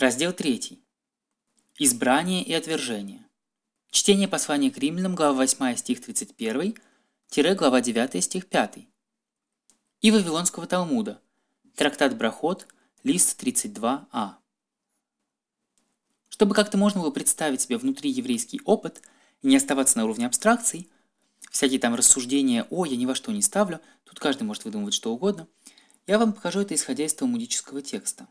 Раздел 3. Избрание и отвержение. Чтение послания к римлянам, глава 8, стих 31, глава 9, стих 5. И Вавилонского Талмуда. Трактат Брахот, лист 32а. Чтобы как-то можно было представить себе внутриеврейский опыт и не оставаться на уровне абстракций, всякие там рассуждения «О, я ни во что не ставлю», тут каждый может выдумывать что угодно, я вам покажу это исходя из талмудического текста.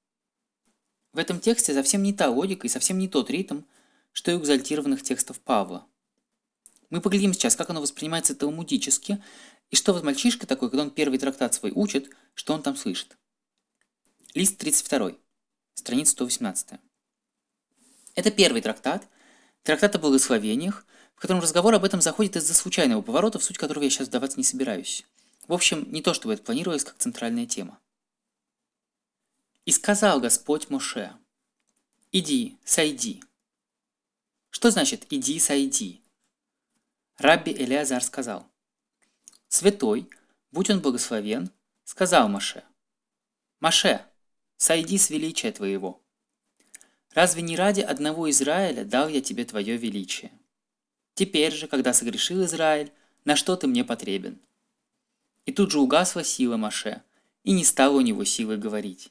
В этом тексте совсем не та логика и совсем не тот ритм, что и у экзальтированных текстов Павла. Мы поглядим сейчас, как оно воспринимается талмудически, и что вот мальчишка такой, когда он первый трактат свой учит, что он там слышит. Лист 32, страница 118. Это первый трактат о благословениях, в котором разговор об этом заходит из-за случайного поворота, в суть которого я сейчас вдаваться не собираюсь. В общем, не то чтобы это планировалось как центральная тема. «И сказал Господь Моше: иди, сойди». Что значит «иди, сойди»? Рабби Элиазар сказал: «Святой, будь он благословен, сказал Моше: Моше, сойди с величия твоего. Разве не ради одного Израиля дал я тебе твое величие? Теперь же, когда согрешил Израиль, на что ты мне потребен?» И тут же угасла сила Моше, и не стало у него силы говорить.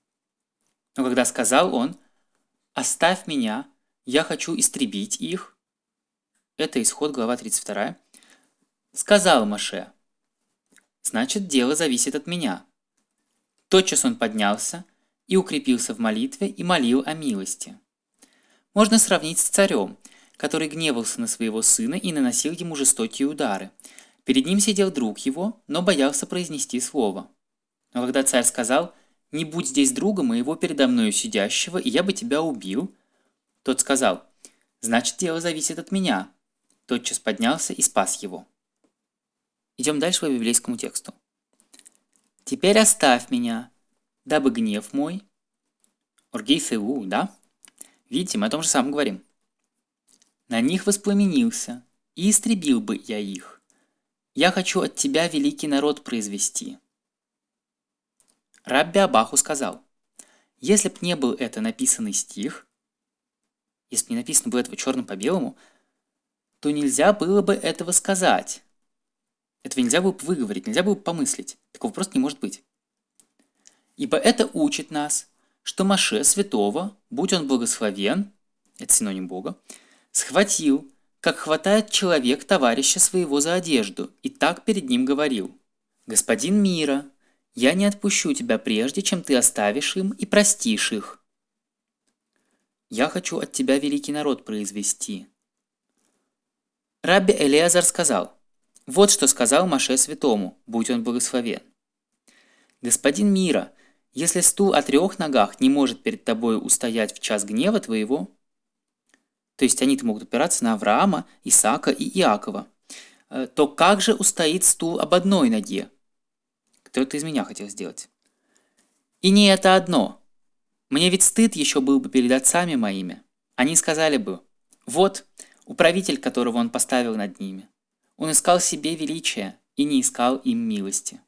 Но когда сказал он: «Оставь меня, я хочу истребить их», это Исход, глава 32, сказал Моше: «Значит, дело зависит от меня». Тотчас он поднялся и укрепился в молитве и молил о милости. Можно сравнить с царем, который гневался на своего сына и наносил ему жестокие удары. Перед ним сидел друг его, но боялся произнести слово. Но когда царь сказал: «Не будь здесь друга моего передо мною сидящего, и я бы тебя убил», тот сказал: «Значит, дело зависит от меня». Тотчас поднялся и спас его. Идем дальше по библейскому тексту. «Теперь оставь меня, дабы гнев мой...» Оргейфеу, да? Видите, мы о том же самом говорим. «На них воспламенился, и истребил бы я их. Я хочу от тебя великий народ произвести». Рабби Абаху сказал: если б не был это написанный стих, если бы не написано было этого черным по белому, то нельзя было бы этого сказать. Этого нельзя было бы выговорить, нельзя было бы помыслить. Такого просто не может быть. Ибо это учит нас, что Моше святого, будь он благословен, это синоним Бога, схватил, как хватает человек товарища своего за одежду, и так перед ним говорил: «Господин мира, я не отпущу тебя прежде, чем ты оставишь им и простишь их. Я хочу от тебя великий народ произвести». Рабби Элиазар сказал: вот что сказал Моше святому, будь он благословен: «Господин мира, если стул о 3 ногах не может перед тобой устоять в час гнева твоего», то есть они-то могут опираться на Авраама, Исаака и Иакова, то как же устоит стул об 1 ноге? Кто это из меня хотел сделать? И не это одно. Мне ведь стыд еще был бы перед отцами моими. Они сказали бы: вот управитель, которого он поставил над ними. Он искал себе величия и не искал им милости.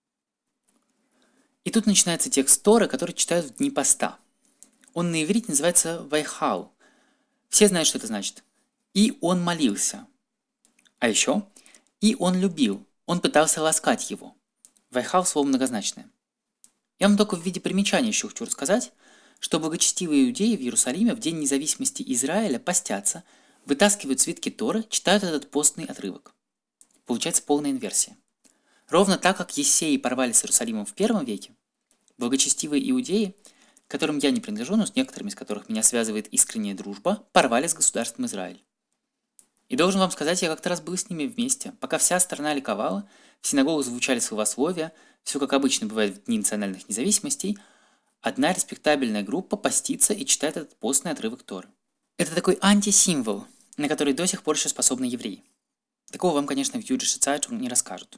И тут начинается текст Торы, который читают в дни поста. Он на иврите называется «вайхал». Все знают, что это значит. И он молился. А еще и он любил. Он пытался ласкать его. «Вайхал» — слово многозначное. Я вам только в виде примечания еще хочу рассказать, что благочестивые иудеи в Иерусалиме в День независимости Израиля постятся, вытаскивают свитки Торы, читают этот постный отрывок. Получается полная инверсия. Ровно так, как ессеи порвали с Иерусалимом в 1 веке, благочестивые иудеи, к которым я не принадлежу, но с некоторыми из которых меня связывает искренняя дружба, порвали с государством Израиль. И должен вам сказать, я как-то раз был с ними вместе. Пока вся страна ликовала, в синагогах звучали словословия, все как обычно бывает в Дни национальных независимостей, одна респектабельная группа постится и читает этот постный отрывок Торы. Это такой антисимвол, на который до сих пор еще способны евреи. Такого вам, конечно, в Юдише Цайтунг не расскажут.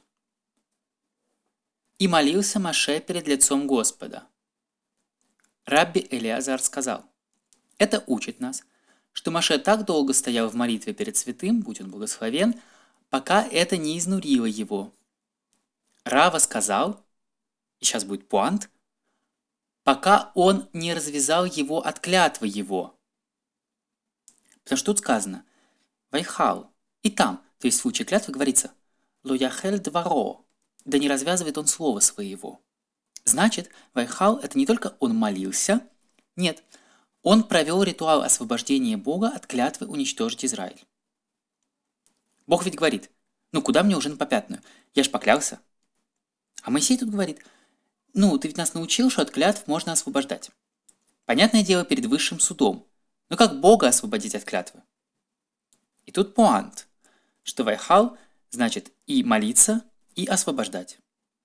«И молился Моше перед лицом Господа». Рабби Элиазар сказал: это учит нас, что Моше так долго стоял в молитве перед святым, будь он благословен, пока это не изнурило его. Рава сказал, и сейчас будет пуант, пока он не развязал его от клятвы его. Потому что тут сказано «вайхал». И там, то есть в случае клятвы говорится «ло яхель дворо», да не развязывает он слово своего. Значит, вайхал – это не только он молился, нет, он провел ритуал освобождения Бога от клятвы уничтожить Израиль. Бог ведь говорит, ну куда мне уже на попятную, я ж поклялся. А Моисей тут говорит, ну ты ведь нас научил, что от клятв можно освобождать. Понятное дело перед высшим судом, но как Бога освободить от клятвы? И тут пуант, что вайхал значит и молиться, и освобождать.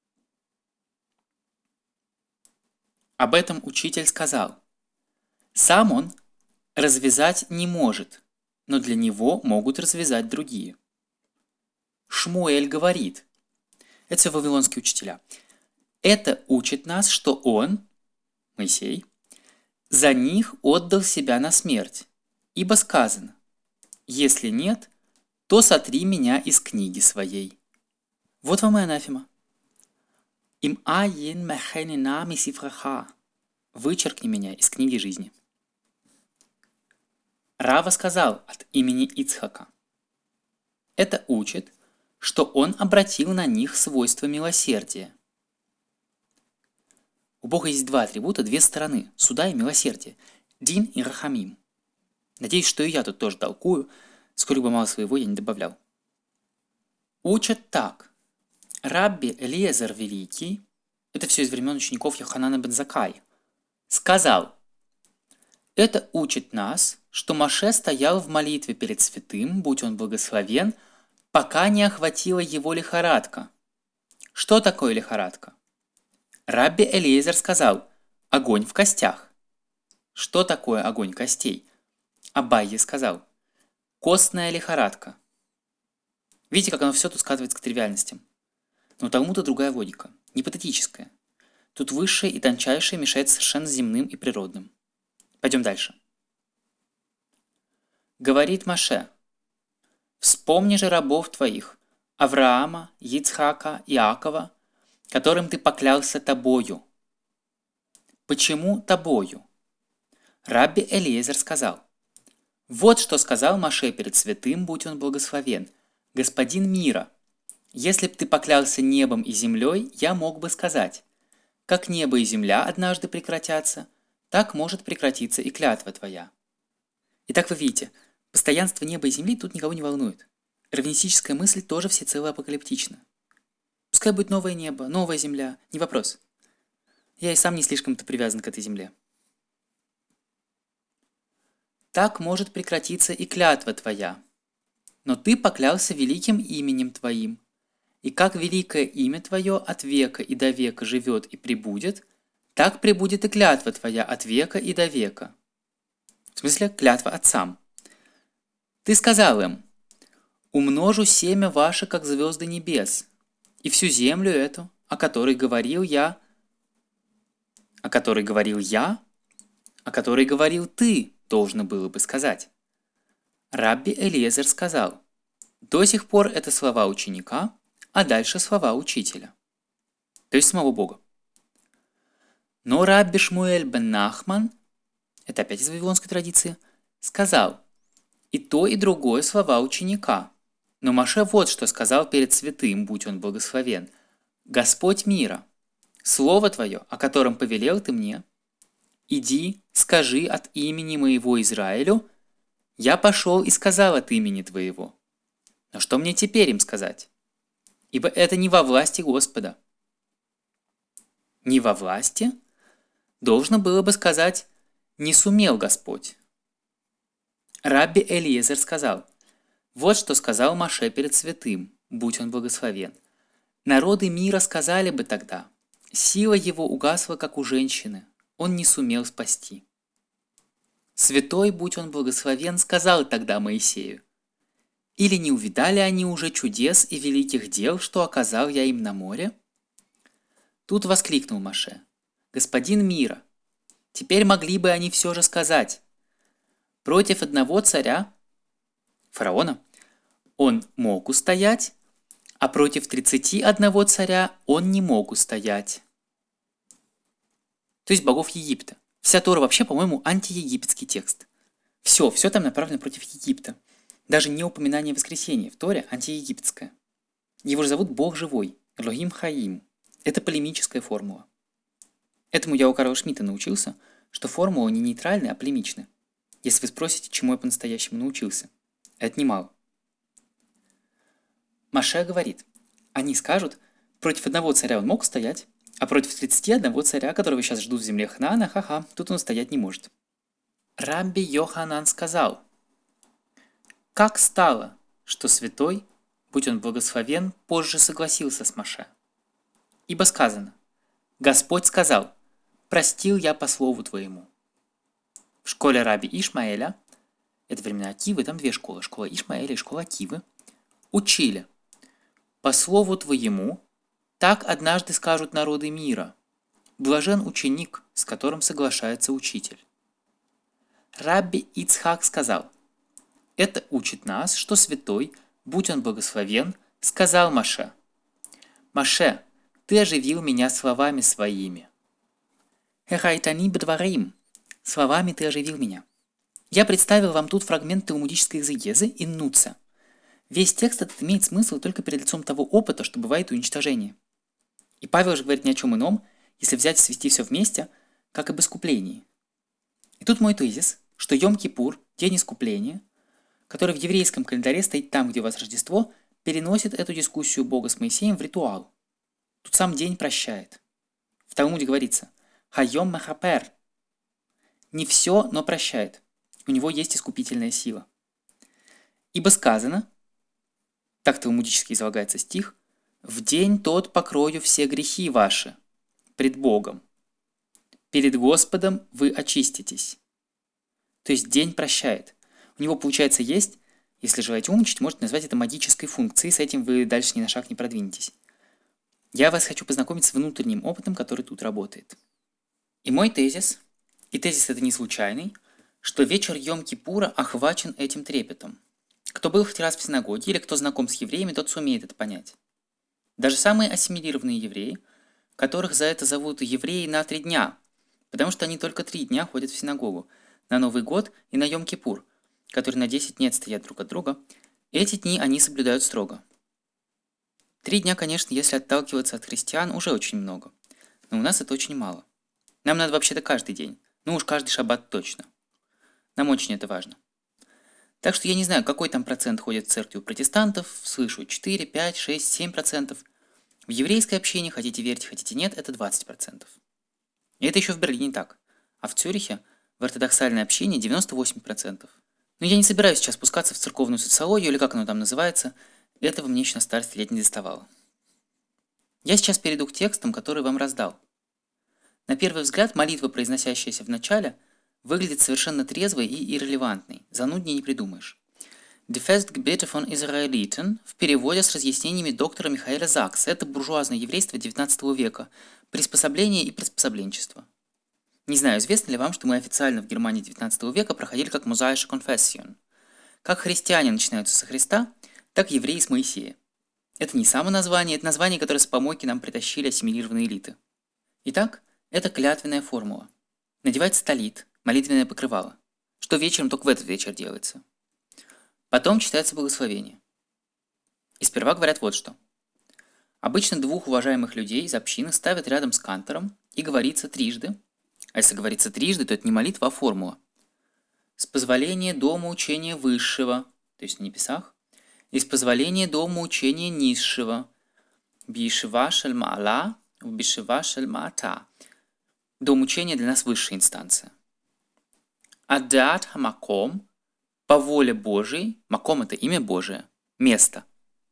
Об этом учитель сказал. Сам он развязать не может, но для него могут развязать другие. Шмуэль говорит, это все вавилонские учителя, это учит нас, что он, Моисей, за них отдал себя на смерть, ибо сказано, если нет, то сотри меня из книги своей. Вот вам и анафема. Им аин мехенина мисифраха. Вычеркни меня из книги жизни. Рава сказал от имени Ицхака. Это учит, что он обратил на них свойство милосердия. У Бога есть два атрибута, две стороны – суда и милосердия. Дин и рахамим. Надеюсь, что и я тут тоже толкую, сколько бы мало своего я не добавлял. Учат так. Рабби Элиезер Великий, это все из времен учеников Йоханана бен Заккай, сказал, это учит нас, что Моше стоял в молитве перед святым, будь он благословен, пока не охватила его лихорадка. Что такое лихорадка? Рабби Элиезер сказал, огонь в костях. Что такое огонь костей? Абайе сказал, костная лихорадка. Видите, как оно все тут скатывается к тривиальностям. Но Талмуда другая логика, не патетическая. Тут высшее и тончайшее мешает совершенно земным и природным. Пойдем дальше. Говорит Моше, вспомни же рабов твоих, Авраама, Ицхака, Иакова, которым ты поклялся тобою. Почему тобою? Рабби Элиезер сказал, вот что сказал Моше перед святым, будь он благословен, господин мира, если б ты поклялся небом и землей, я мог бы сказать, как небо и земля однажды прекратятся, так может прекратиться и клятва твоя. Итак, вы видите, постоянство неба и земли тут никого не волнует. Раввинистическая мысль тоже всецело апокалиптична. Пускай будет новое небо, новая земля, не вопрос. Я и сам не слишком-то привязан к этой земле. Так может прекратиться и клятва твоя. Но ты поклялся великим именем твоим. И как великое имя твое от века и до века живет и пребудет, так пребудет и клятва твоя от века и до века. В смысле, клятва отцам. Ты сказал им, умножу семя ваше, как звезды небес, и всю землю эту, о которой говорил я, о которой говорил ты, должно было бы сказать. Рабби Элиезер сказал, до сих пор это слова ученика, а дальше слова учителя. То есть самого Бога. Но Рабби Шмуэль бен Нахман, это опять из вавилонской традиции, сказал, и то, и другое слова ученика. Но Моше вот что сказал перед святым, будь он благословен. Господь мира, слово твое, о котором повелел ты мне, иди, скажи от имени моего Израилю, я пошел и сказал от имени твоего. Но что мне теперь им сказать? Ибо это не во власти Господа. Не во власти? Должно было бы сказать, не сумел Господь. Рабби Элиезер сказал, вот что сказал Моше перед святым, будь он благословен. Народы мира сказали бы тогда, сила его угасла, как у женщины, он не сумел спасти. Святой, будь он благословен, сказал тогда Моисею, или не увидали они уже чудес и великих дел, что оказал я им на море? Тут воскликнул Моше, господин мира, теперь могли бы они все же сказать, против одного царя, фараона, он мог устоять, а против 31 царя он не мог устоять. то есть богов Египта. Вся Тора вообще, по-моему, антиегипетский текст. Все там направлено против Египта. Даже не упоминание воскресения в Торе антиегипетское. Его же зовут Бог живой, Элохим Хаим. Это полемическая формула. Этому я у Карла Шмидта научился, что формула не нейтральная, а полемичная. Если вы спросите, чему я по-настоящему научился. Это немало. Моше говорит, они скажут, против одного царя он мог стоять, а против 31 царя, которого сейчас ждут в земле Ханаана, ха-ха, тут он стоять не может. Рабби Йоханан сказал, как стало, что святой, будь он благословен, позже согласился с Моше. Ибо сказано, Господь сказал, простил я по слову твоему. В школе раби Ишмаэля, это времена Акивы, там две школы, школа Ишмаэля и школа Акивы, учили, по слову твоему, так однажды скажут народы мира, блажен ученик, с которым соглашается учитель. Рабби Ицхак сказал, это учит нас, что святой, будь он благословен, сказал Моше, Моше, ты оживил меня словами своими. Эхайтани бедварим, словами ты оживил меня. Я представил вам тут фрагмент талмудической экзегезы и нуца. Весь текст этот имеет смысл только перед лицом того опыта, что бывает уничтожение. И Павел же говорит ни о чем ином, если взять и свести все вместе, как об искуплении. И тут мой тезис, что Йом-Кипур, день искупления, который в еврейском календаре стоит там, где у вас Рождество, переносит эту дискуссию Бога с Моисеем в ритуал. Тут сам день прощает. В Талмуде говорится «Хайом мехапер». Не все, но прощает. У него есть искупительная сила. Ибо сказано, так талмудически излагается стих, «В день тот покрою все грехи ваши пред Богом. Перед Господом вы очиститесь». То есть день прощает. У него, получается, есть, если желаете умничать, можете назвать это магической функцией, с этим вы дальше ни на шаг не продвинетесь. Я вас хочу познакомить с внутренним опытом, который тут работает. И мой тезис, и тезис это не случайный, что вечер Йом-Кипура охвачен этим трепетом. Кто был хоть раз в синагоге или кто знаком с евреями, тот сумеет это понять. Даже самые ассимилированные евреи, которых за это зовут евреи на 3 дня, потому что они только 3 дня ходят в синагогу, на Новый год и на Йом-Кипур, которые на 10 дней отстоят друг от друга, эти дни они соблюдают строго. 3 дня, конечно, если отталкиваться от христиан, уже очень много. Но у нас это очень мало. Нам надо вообще-то каждый день. Ну уж каждый шаббат точно. Нам очень это важно. Так что я не знаю, какой там процент ходит в церкви у протестантов. Слышу 4, 5, 6, 7%. В еврейской общине, хотите верьте, хотите нет, это 20%. И это еще в Берлине так. А в Цюрихе в ортодоксальной общине 98%. Но я не собираюсь сейчас спускаться в церковную социологию, или как оно там называется. Этого мне еще на старости лет не доставало. Я сейчас перейду к текстам, которые вам раздал. На первый взгляд, молитва, произносящаяся в начале, выглядит совершенно трезвой и иррелевантной. Зануднее не придумаешь. Die Festgebete von Israeliten в переводе с разъяснениями доктора Михаэля Закса. Это буржуазное еврейство XIX века. Приспособление и приспособленчество. Не знаю, известно ли вам, что мы официально в Германии XIX века проходили как Mosaische Confession. Как христиане начинаются со Христа, так евреи с Моисея. Это не само название, это название, которое с помойки нам притащили ассимилированные элиты. Итак, это клятвенная формула. Надевается талит, молитвенное покрывало, что вечером только в этот вечер делается. Потом читается благословение. И сперва говорят вот что. Обычно 2 уважаемых людей из общины ставят рядом с кантором и говорится трижды, а если говорится трижды, то это не молитва, а формула. С позволения дома учения высшего, то есть на небесах, и с позволения дома учения низшего, бишива шельмаала, бишива шельмаата. Дом учения для нас высшая инстанция. Адат хамаком, по воле Божией, маком это имя Божие, место.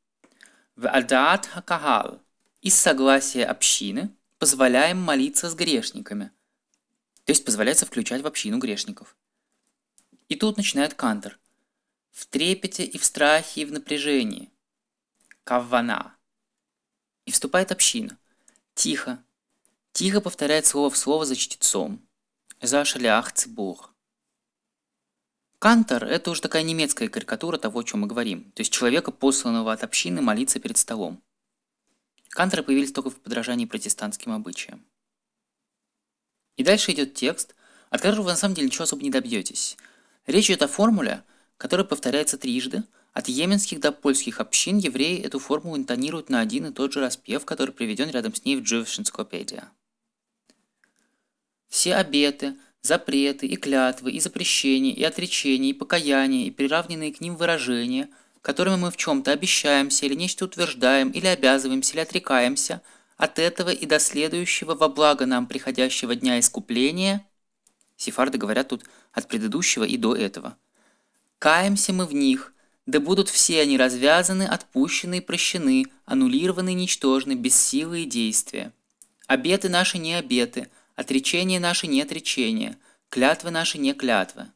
В адат хакахал, из согласия общины позволяем молиться с грешниками, то есть позволяется включать в общину грешников. И тут начинает кантор. В трепете и в страхе и в напряжении. Каввана. И вступает община. Тихо. Тихо повторяет слово в слово за чтецом. За шалях цибур. Кантор – это уже такая немецкая карикатура того, о чем мы говорим. То есть человека, посланного от общины, молиться перед столом. Канторы появились только в подражании протестантским обычаям. И дальше идет текст, от которого вы на самом деле ничего особо не добьетесь. Речь идет о формуле, которая повторяется трижды. От йеменских до польских общин евреи эту формулу интонируют на один и тот же распев, который приведен рядом с ней в Jewish Encyclopedia. Все обеты, запреты и клятвы, и запрещения, и отречения, и покаяния, и приравненные к ним выражения, которыми мы в чем-то обещаемся, или нечто утверждаем, или обязываемся, или отрекаемся, от этого и до следующего во благо нам приходящего дня искупления, сефарды говорят тут от предыдущего и до этого, каемся мы в них, да будут все они развязаны, отпущены и прощены, аннулированы и ничтожны, без силы и действия. Обеты наши не обеты, отречения наши не отречения, клятвы наши не клятвы.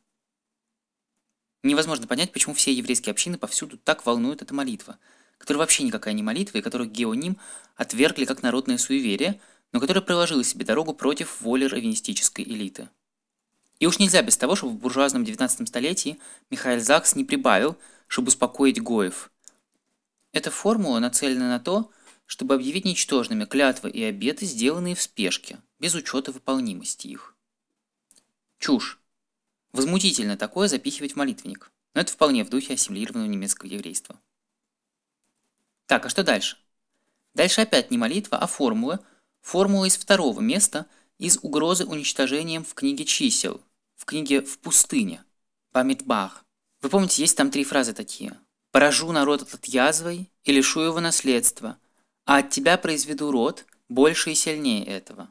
Невозможно понять, почему все еврейские общины повсюду так волнует эта молитва, которая вообще никакая не молитва, и которую Геоним отвергли как народное суеверие, но которая проложила себе дорогу против воли раввинистической элиты. И уж нельзя без того, чтобы в буржуазном 19 столетии Михаил Закс не прибавил, чтобы успокоить гоев. Эта формула нацелена на то, чтобы объявить ничтожными клятвы и обеты, сделанные в спешке, без учета выполнимости их. Чушь. Возмутительно такое запихивать в молитвенник, но это вполне в духе ассимилированного немецкого еврейства. Так, а что дальше? Дальше опять не молитва, а формула. Формула из второго места, из угрозы уничтожением в книге чисел, в книге «В пустыне», Бамидбар. Вы помните, есть там 3 фразы такие. «Поражу народ от язвой и лишу его наследства, а от тебя произведу род больше и сильнее этого».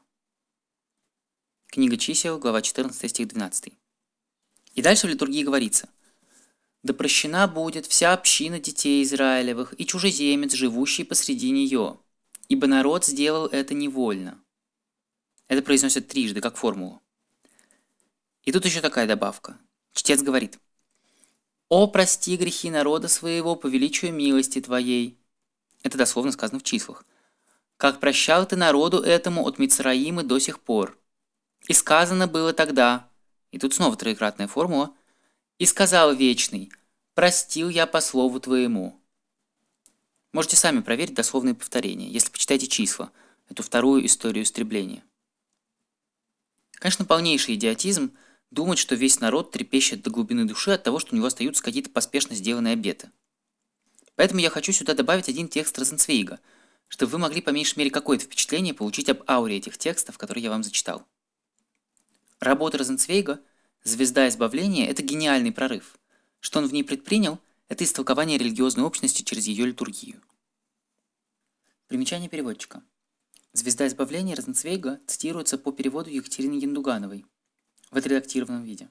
Книга чисел, глава 14, стих 12. И дальше в литургии говорится: «Да прощена будет вся община детей Израилевых и чужеземец, живущий посреди нее, ибо народ сделал это невольно». Это произносят трижды, как формулу. И тут еще такая добавка. Чтец говорит: «О, прости грехи народа своего по величию милости твоей». Это дословно сказано в числах. «Как прощал ты народу этому от Мицраимы до сих пор. И сказано было тогда». И тут снова троекратная формула. «И сказал Вечный: простил я по слову твоему». Можете сами проверить дословные повторения, если почитаете числа, эту вторую историю истребления. Конечно, полнейший идиотизм думать, что весь народ трепещет до глубины души от того, что у него остаются какие-то поспешно сделанные обеты. Поэтому я хочу сюда добавить один текст Розенцвейга, чтобы вы могли по меньшей мере какое-то впечатление получить об ауре этих текстов, которые я вам зачитал. Работа Розенцвейга «Звезда избавления» — это гениальный прорыв. Что он в ней предпринял — это истолкование религиозной общности через ее литургию. Примечание переводчика. «Звезда избавления» Розенцвейга цитируется по переводу Екатерины Яндугановой в отредактированном виде.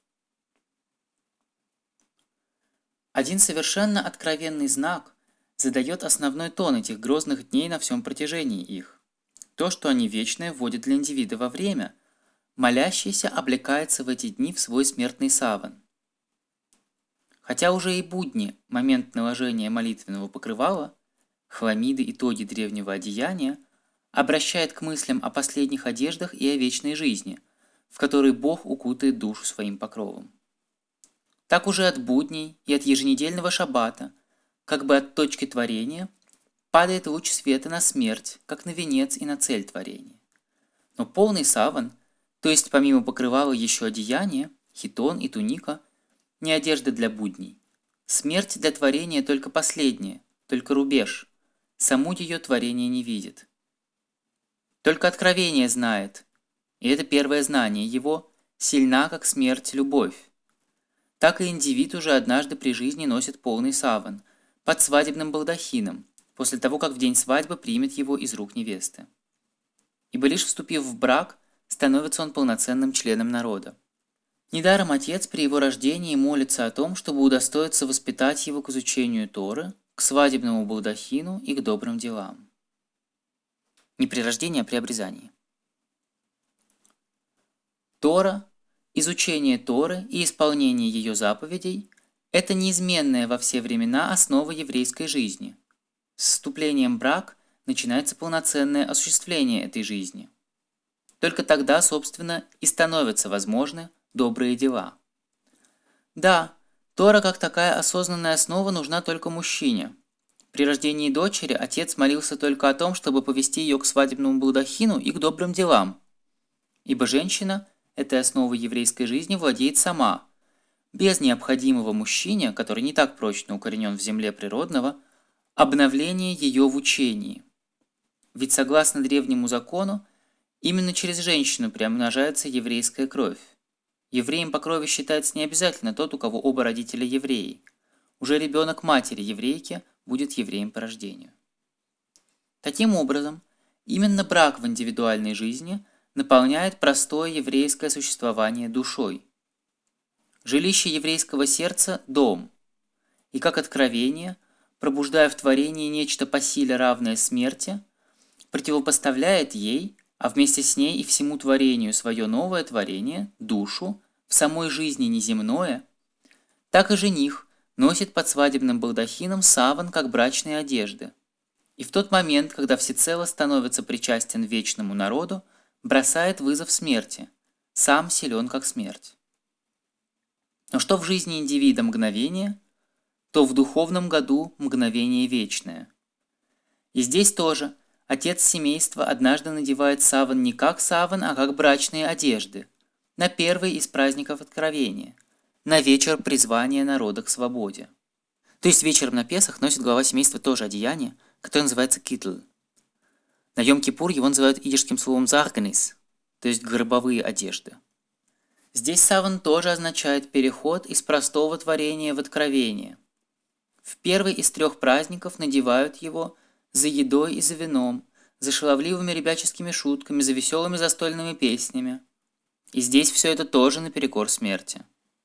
Один совершенно откровенный знак задает основной тон этих грозных дней на всем протяжении их. То, что они вечное, вводит для индивида во время. Молящийся облекается в эти дни в свой смертный саван. Хотя уже и будни, момент наложения молитвенного покрывала, хламиды итоги древнего одеяния, обращает к мыслям о последних одеждах и о вечной жизни, в которой Бог укутает душу своим покровом. Так уже от будней и от еженедельного шаббата, как бы от точки творения, падает луч света на смерть, как на венец и на цель творения. Но полный саван, то есть помимо покрывала еще одеяние, хитон и туника, не одежда для будней. Смерть для творения только последняя, только рубеж. Саму ее творение не видит. Только откровение знает, и это первое знание его, сильна, как смерть, любовь. Так и индивид уже однажды при жизни носит полный саван, под свадебным балдахином, после того, как в день свадьбы примет его из рук невесты. Ибо лишь вступив в брак, становится он полноценным членом народа. Недаром отец при его рождении молится о том, чтобы удостоиться воспитать его к изучению Торы, к свадебному балдахину и к добрым делам. Не при рождении, а при обрезании. Тора, изучение Торы и исполнение ее заповедей – это неизменная во все времена основа еврейской жизни. С вступлением в брак начинается полноценное осуществление этой жизни. Только тогда, собственно, и становятся возможны добрые дела. Да, Тора как такая осознанная основа нужна только мужчине. При рождении дочери отец молился только о том, чтобы повести ее к свадебному балдахину и к добрым делам. ибо женщина этой основой еврейской жизни владеет сама, без необходимого мужчине, который не так прочно укоренен в земле природного, обновления ее в учении. Ведь согласно древнему закону, именно через женщину приумножается еврейская кровь. Евреем по крови считается не обязательно тот, у кого оба родителя евреи. Уже ребенок матери еврейки будет евреем по рождению. Таким образом, именно брак в индивидуальной жизни наполняет простое еврейское существование душой. Жилище еврейского сердца – дом, и как откровение, пробуждая в творении нечто по силе равное смерти, противопоставляет ей, а вместе с ней и всему творению свое новое творение, душу, в самой жизни неземное, так и жених носит под свадебным балдахином саван, как брачные одежды. И в тот момент, когда всецело становится причастен вечному народу, бросает вызов смерти, сам силен, как смерть. Но что в жизни индивида мгновение, то в духовном году мгновение вечное. И здесь тоже отец семейства однажды надевает саван не как саван, а как брачные одежды, на первый из праздников Откровения, на вечер призвания народа к свободе. То есть вечером на Песах носит глава семейства тоже одеяние, которое называется китл. На Йом-Кипур его называют идишским словом зарганис, то есть гробовые одежды. Здесь саван тоже означает переход из простого творения в откровение. В первый из 3 праздников надевают его за едой и за вином, за шаловливыми ребяческими шутками, за веселыми застольными песнями. И здесь все это тоже наперекор смерти.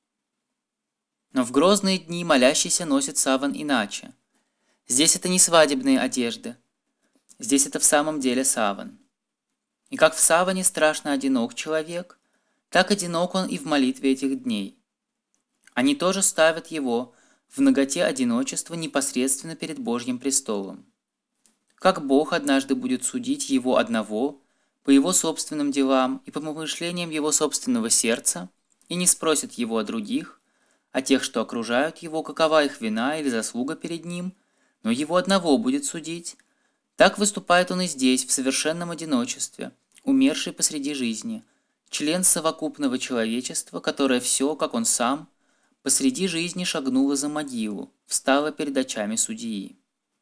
Но в грозные дни молящийся носит саван иначе. Здесь это не свадебные одежды. Здесь это в самом деле саван. И как в саване страшно одинок человек, так одинок он и в молитве этих дней. Они тоже ставят его в наготе одиночества непосредственно перед Божьим престолом. Как Бог однажды будет судить его одного по его собственным делам и по помышлениям его собственного сердца, и не спросит его о других, о тех, что окружают его, какова их вина или заслуга перед ним, но его одного будет судить. Так выступает он и здесь, в совершенном одиночестве, умерший посреди жизни, член совокупного человечества, которое все, как он сам, посреди жизни шагнуло за могилу, встало перед очами судьи.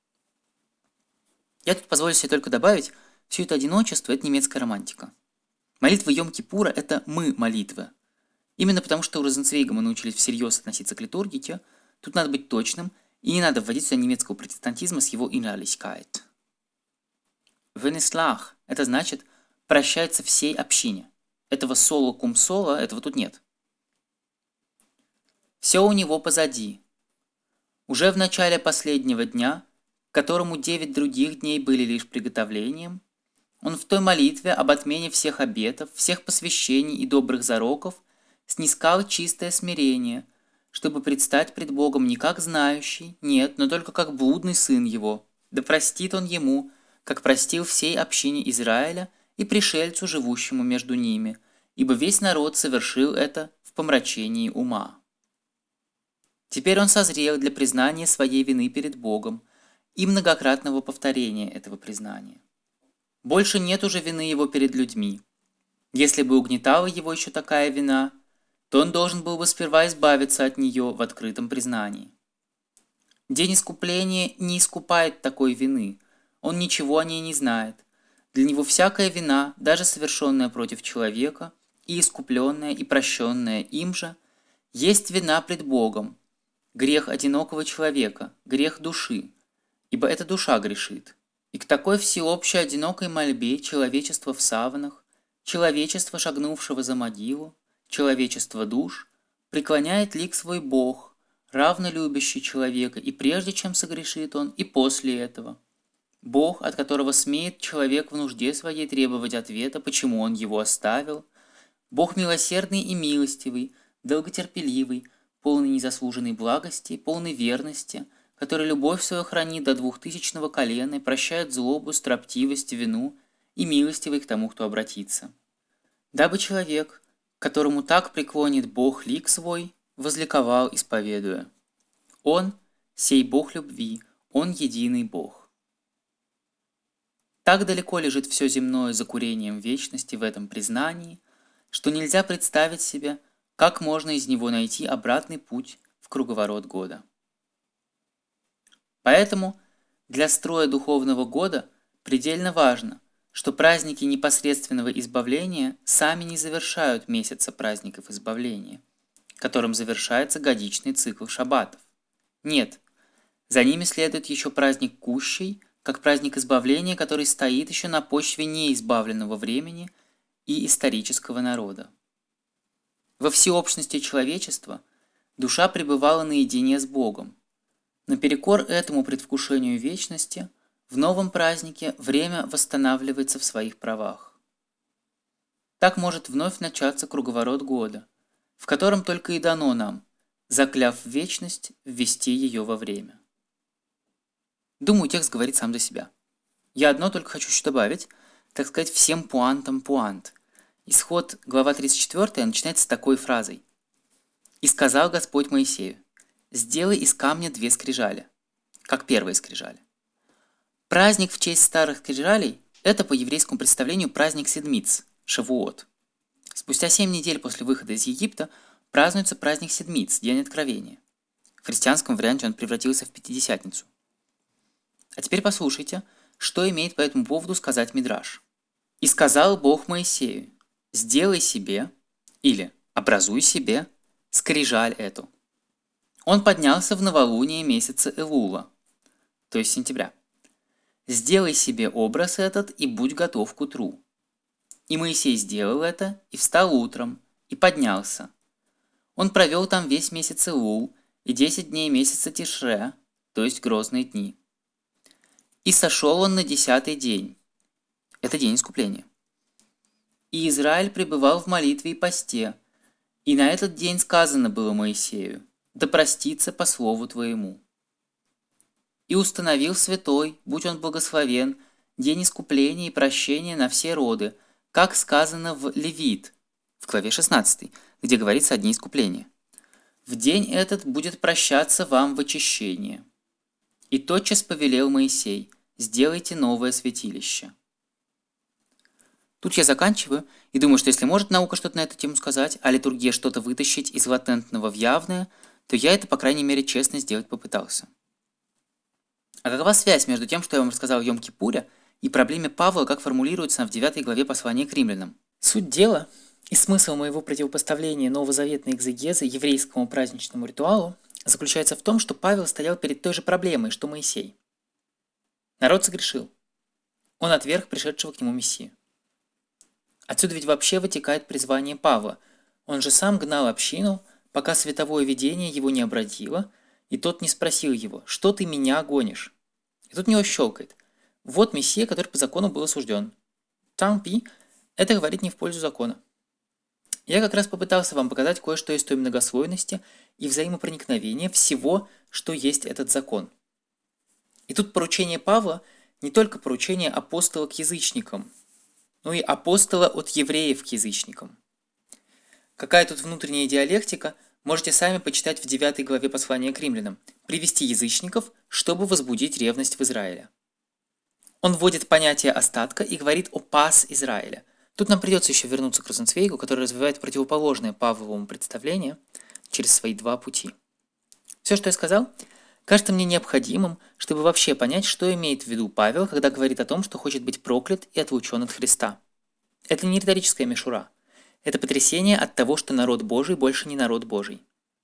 Я тут позволю себе только добавить, все это одиночество – это немецкая романтика. Молитва Йом-Кипура – это мы-молитва. Именно потому, что у Розенцвейга мы научились всерьез относиться к литургике, тут надо быть точным, и не надо вводить сюда немецкого протестантизма с его Innerlichkeit. Венеслах – это значит прощается всей общине. Этого соло кум соло, этого тут нет. Все у него позади. Уже в начале последнего дня, которому 9 других дней были лишь приготовлением, он в той молитве об отмене всех обетов, всех посвящений и добрых зароков снискал чистое смирение, чтобы предстать пред Богом не как знающий, нет, но только как блудный сын его. Да простит он ему, как простил всей общине Израиля и пришельцу, живущему между ними, ибо весь народ совершил это в помрачении ума. Теперь он созрел для признания своей вины перед Богом и многократного повторения этого признания. Больше нет уже вины его перед людьми. Если бы угнетала его еще такая вина, то он должен был бы сперва избавиться от нее в открытом признании. День искупления не искупает такой вины, он ничего о ней не знает. Для него всякая вина, даже совершенная против человека, и искупленная, и прощенная им же, есть вина пред Богом, грех одинокого человека, грех души, ибо эта душа грешит. И к такой всеобщей одинокой мольбе человечества в саванах, человечества, шагнувшего за могилу, человечество душ, преклоняет лик свой Бог, равно любящий человека, и прежде чем согрешит он, и после этого. Бог, от которого смеет человек в нужде своей требовать ответа, почему он его оставил. Бог милосердный и милостивый, долготерпеливый, полный незаслуженной благости, полный верности, который любовь свою хранит до 2000-го колена и прощает злобу, строптивость, вину и милостивый к тому, кто обратится. Дабы человек, которому так преклонит Бог лик свой, возликовал, исповедуя: Он, сей Бог любви, Он единый Бог. Так далеко лежит все земное за курением вечности в этом признании, что нельзя представить себе, как можно из него найти обратный путь в круговорот года. Поэтому для строя духовного года предельно важно, что праздники непосредственного избавления сами не завершают месяца праздников избавления, которым завершается годичный цикл шаббатов. Нет, за ними следует еще праздник Кущей, как праздник избавления, который стоит еще на почве неизбавленного времени и исторического народа. Во всеобщности человечества душа пребывала наедине с Богом. Наперекор этому предвкушению вечности, в новом празднике время восстанавливается в своих правах. Так может вновь начаться круговорот года, в котором только и дано нам, закляв вечность, ввести ее во время. Думаю, текст говорит сам за себя. Я одно только хочу еще добавить, так сказать, всем пуантам пуант. Исход, глава 34, начинается такой фразой. «И сказал Господь Моисею, сделай из камня 2 скрижали, как первые скрижали». Праздник в честь старых скрижалей – это по еврейскому представлению праздник Седмиц, Шавуот. Спустя 7 недель после выхода из Египта празднуется праздник Седмиц, День Откровения. В христианском варианте он превратился в Пятидесятницу. А теперь послушайте, что имеет по этому поводу сказать Мидраш. «И сказал Бог Моисею, сделай себе, или образуй себе, скрижаль эту». Он поднялся в новолуние месяца Элула, то есть сентября. «Сделай себе образ этот и будь готов к утру». И Моисей сделал это, и встал утром, и поднялся. Он провел там весь месяц Элул и 10 дней месяца Тишре, то есть грозные дни. И сошел он на 10-й день. Это день искупления. И Израиль пребывал в молитве и посте, и на этот день сказано было Моисею, да простится по слову твоему. И установил святой, будь он благословен, день искупления и прощения на все роды, как сказано в Левит, в главе 16, где говорится о дне искупления. В день этот будет прощаться вам в очищение. И тотчас повелел Моисей, сделайте новое святилище. Тут я заканчиваю и думаю, что если может наука что-то на эту тему сказать, а литургия что-то вытащить из латентного в явное, то я это, по крайней мере, честно сделать попытался. А какова связь между тем, что я вам рассказал в Йом-Кипуре, и проблеме Павла, как формулируется в 9 главе послания к римлянам? Суть дела и смысл моего противопоставления новозаветной экзегезы еврейскому праздничному ритуалу заключается в том, что Павел стоял перед той же проблемой, что Моисей. Народ согрешил. Он отверг пришедшего к нему Мессию. Отсюда ведь вообще вытекает призвание Павла. Он же сам гнал общину, пока световое видение его не обратило, и тот не спросил его, что ты меня гонишь? И тут него щелкает. Вот Мессия, который по закону был осужден. Тампи, это говорит не в пользу закона. Я как раз попытался вам показать кое-что из той многослойности и взаимопроникновения всего, что есть этот закон. И тут поручение Павла не только поручение апостола к язычникам, но и апостола от евреев к язычникам. Какая тут внутренняя диалектика, можете сами почитать в 9 главе послания к римлянам. Привести язычников, чтобы возбудить ревность в Израиле. Он вводит понятие остатка и говорит о пас Израиля. Тут нам придется еще вернуться к Розенцвейгу, который развивает противоположное Павловому представление через свои 2 пути. Все, что я сказал, кажется мне необходимым, чтобы вообще понять, что имеет в виду Павел, когда говорит о том, что хочет быть проклят и отлучен от Христа. Это не риторическая мишура. Это потрясение от того, что народ Божий больше не народ Божий.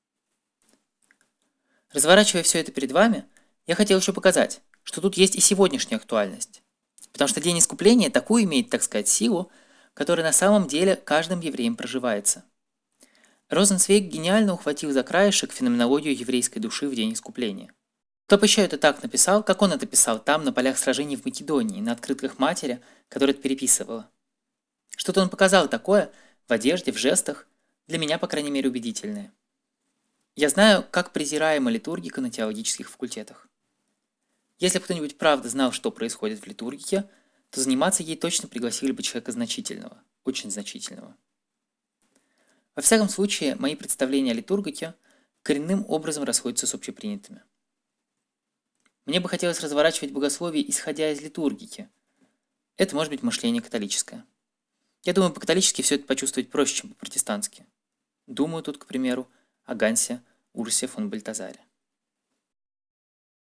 Разворачивая все это перед вами, я хотел еще показать, что тут есть и сегодняшняя актуальность. Потому что День Искупления такую имеет, так сказать, силу, которая на самом деле каждым евреем проживается. Розенцвейг гениально ухватил за краешек феноменологию еврейской души в День Искупления. Кто бы еще это так написал, как он это писал там, на полях сражений в Македонии, на открытках матери, которая это переписывала. Что-то он показал такое, в одежде, в жестах, для меня, по крайней мере, убедительное. Я знаю, как презираема литургика на теологических факультетах. Если бы кто-нибудь правда знал, что происходит в литургике, то заниматься ей точно пригласили бы человека значительного, очень значительного. Во всяком случае, мои представления о литургике коренным образом расходятся с общепринятыми. Мне бы хотелось разворачивать богословие, исходя из литургики. Это может быть мышление католическое. Я думаю, по-католически все это почувствовать проще, чем по-протестантски. Думаю тут, к примеру, о Гансе Урсе фон Бальтазаре.